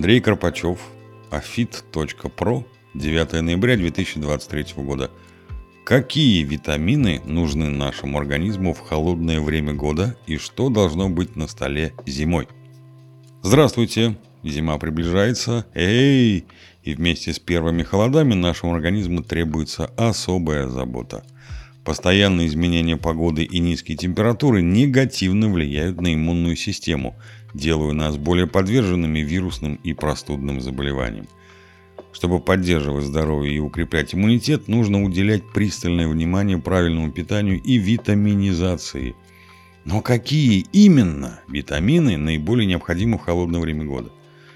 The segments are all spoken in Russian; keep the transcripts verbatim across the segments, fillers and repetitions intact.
Андрей Карпачев, афит точка про, девятое ноября две тысячи двадцать третьего года. Какие витамины нужны нашему организму в холодное время года и что должно быть на столе зимой? Здравствуйте! Зима приближается. Эй! И вместе с первыми холодами нашему организму требуется особая забота. Постоянные изменения погоды и низкие температуры негативно влияют на иммунную систему, делая нас более подверженными вирусным и простудным заболеваниям. Чтобы поддерживать здоровье и укреплять иммунитет, нужно уделять пристальное внимание правильному питанию и витаминизации. Но какие именно витамины наиболее необходимы в холодное время года?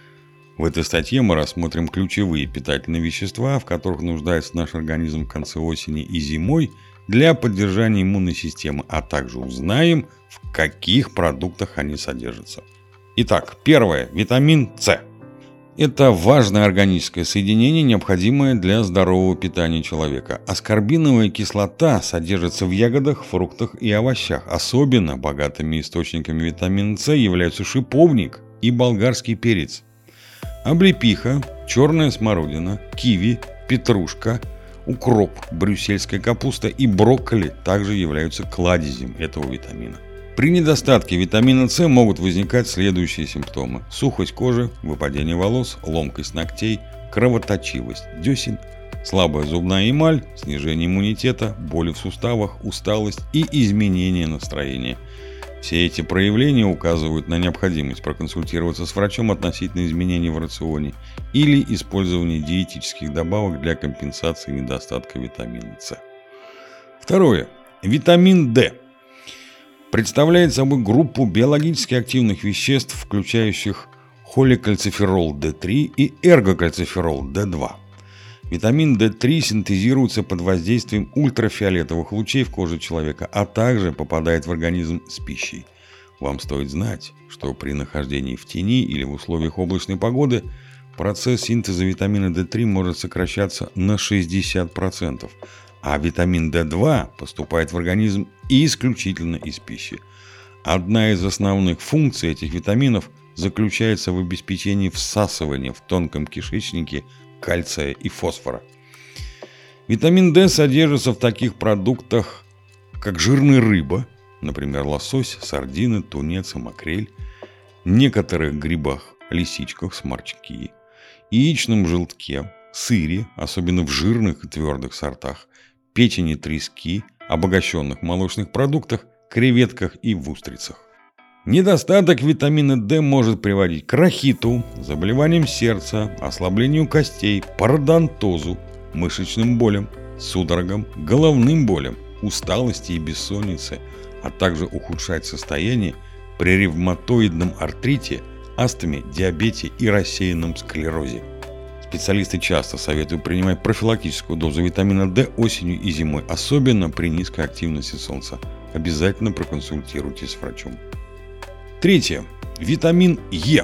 В этой статье мы рассмотрим ключевые питательные вещества, в которых нуждается наш организм в конце осени и зимой для поддержания иммунной системы, а также узнаем, в каких продуктах они содержатся. Итак, первое. Витамин С. Это важное органическое соединение, необходимое для здорового питания человека. Аскорбиновая кислота содержится в ягодах, фруктах и овощах. Особенно богатыми источниками витамина С являются шиповник и болгарский перец. Облепиха, черная смородина, киви, петрушка, укроп, брюссельская капуста и брокколи также являются кладезем этого витамина. При недостатке витамина С могут возникать следующие симптомы: сухость кожи, выпадение волос, ломкость ногтей, кровоточивость десен, слабая зубная эмаль, снижение иммунитета, боли в суставах, усталость и изменение настроения. Все эти проявления указывают на необходимость проконсультироваться с врачом относительно изменений в рационе или использования диетических добавок для компенсации недостатка витамина С. Второе. Витамин D представляет собой группу биологически активных веществ, включающих холекальциферол Д три и эргокальциферол Д два. Витамин Д три синтезируется под воздействием ультрафиолетовых лучей в коже человека, а также попадает в организм с пищей. Вам стоит знать, что при нахождении в тени или в условиях облачной погоды процесс синтеза витамина Д три может сокращаться на шестьдесят процентов, а витамин Д два поступает в организм исключительно из пищи. Одна из основных функций этих витаминов заключается в обеспечении всасывания в тонком кишечнике кальция и фосфора. Витамин D содержится в таких продуктах, как жирная рыба, например, лосось, сардины, тунец и макрель, некоторых грибах, лисичках, сморчки, яичном желтке, сыре, особенно в жирных и твердых сортах, печени трески, обогащенных молочных продуктах, креветках и в устрицах. Недостаток витамина D может приводить к рахиту, заболеваниям сердца, ослаблению костей, пародонтозу, мышечным болям, судорогам, головным болям, усталости и бессоннице, а также ухудшать состояние при ревматоидном артрите, астме, диабете и рассеянном склерозе. Специалисты часто советуют принимать профилактическую дозу витамина D осенью и зимой, особенно при низкой активности солнца. Обязательно проконсультируйтесь с врачом. Третье. Витамин Е.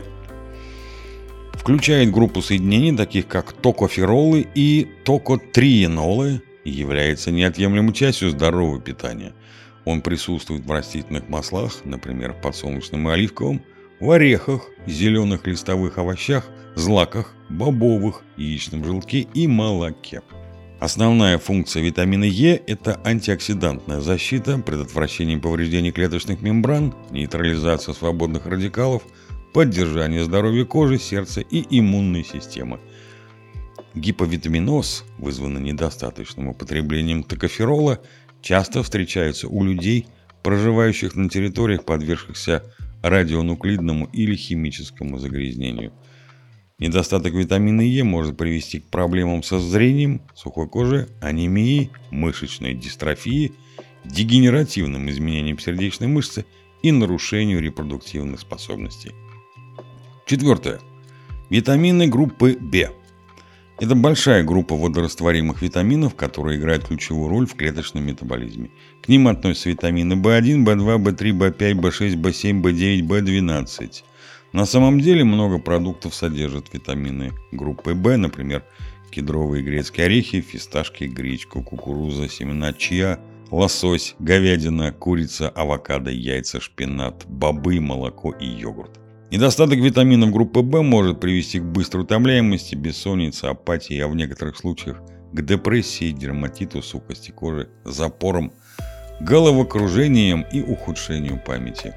Включает группу соединений, таких как токоферолы и токотриенолы, и является неотъемлемой частью здорового питания. Он присутствует в растительных маслах, например, в подсолнечном и оливковом, в орехах, зеленых листовых овощах, злаках, бобовых, яичном желтке и молоке. Основная функция витамина Е – это антиоксидантная защита, предотвращение повреждений клеточных мембран, нейтрализация свободных радикалов, поддержание здоровья кожи, сердца и иммунной системы. Гиповитаминоз, вызванный недостаточным употреблением токоферола, часто встречается у людей, проживающих на территориях, подвергшихся радионуклидному или химическому загрязнению. Недостаток витамина Е может привести к проблемам со зрением, сухой кожей, анемией, мышечной дистрофией, дегенеративным изменением сердечной мышцы и нарушению репродуктивных способностей. Четвертое. Витамины группы В. Это большая группа водорастворимых витаминов, которые играют ключевую роль в клеточном метаболизме. К ним относятся витамины В один, В два, В три, В пять, В шесть, В семь, В девять, В двенадцать. На самом деле много продуктов содержат витамины группы В, например, кедровые и грецкие орехи, фисташки, гречка, кукуруза, семена чиа, лосось, говядина, курица, авокадо, яйца, шпинат, бобы, молоко и йогурт. Недостаток витаминов группы В может привести к быстрой утомляемости, бессоннице, апатии, а в некоторых случаях к депрессии, дерматиту, сухости кожи, запорам, головокружениям и ухудшению памяти.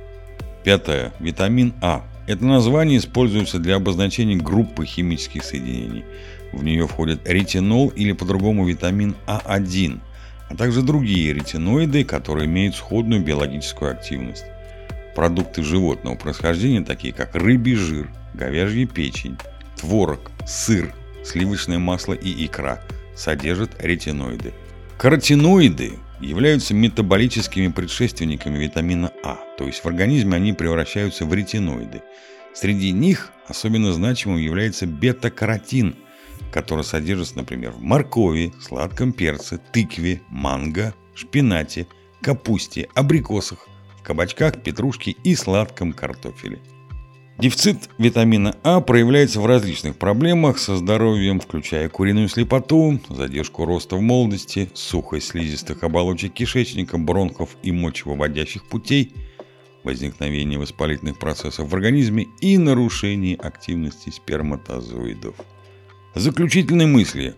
Пятое. Витамин А. Это название используется для обозначения группы химических соединений. В нее входят ретинол или по-другому витамин А один, а также другие ретиноиды, которые имеют сходную биологическую активность. Продукты животного происхождения, такие как рыбий жир, говяжья печень, творог, сыр, сливочное масло и икра, содержат ретиноиды. Каротиноиды являются метаболическими предшественниками витамина А, то есть в организме они превращаются в ретиноиды. Среди них особенно значимым является бета-каротин, который содержится, например, в моркови, сладком перце, тыкве, манго, шпинате, капусте, абрикосах, в кабачках, петрушке и сладком картофеле. Дефицит витамина А проявляется в различных проблемах со здоровьем, включая куриную слепоту, задержку роста в молодости, сухость слизистых оболочек кишечника, бронхов и мочевыводящих путей, возникновение воспалительных процессов в организме и нарушение активности сперматозоидов. Заключительные мысли.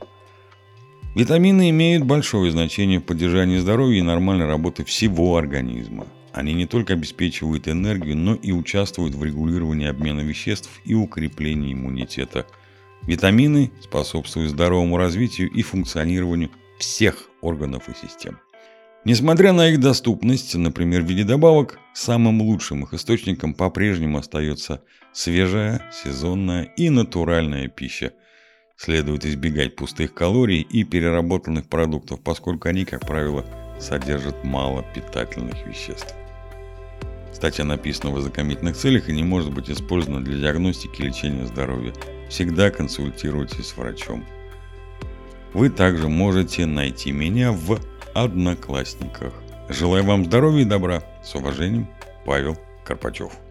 Витамины имеют большое значение в поддержании здоровья и нормальной работы всего организма. Они не только обеспечивают энергию, но и участвуют в регулировании обмена веществ и укреплении иммунитета. Витамины способствуют здоровому развитию и функционированию всех органов и систем. Несмотря на их доступность, например, в виде добавок, самым лучшим их источником по-прежнему остается свежая, сезонная и натуральная пища. Следует избегать пустых калорий и переработанных продуктов, поскольку они, как правило, содержат мало питательных веществ. Статья написана в ознакомительных целях и не может быть использована для диагностики и лечения здоровья. Всегда консультируйтесь с врачом. Вы также можете найти меня в Одноклассниках. Желаю вам здоровья и добра. С уважением, Павел Карпачев.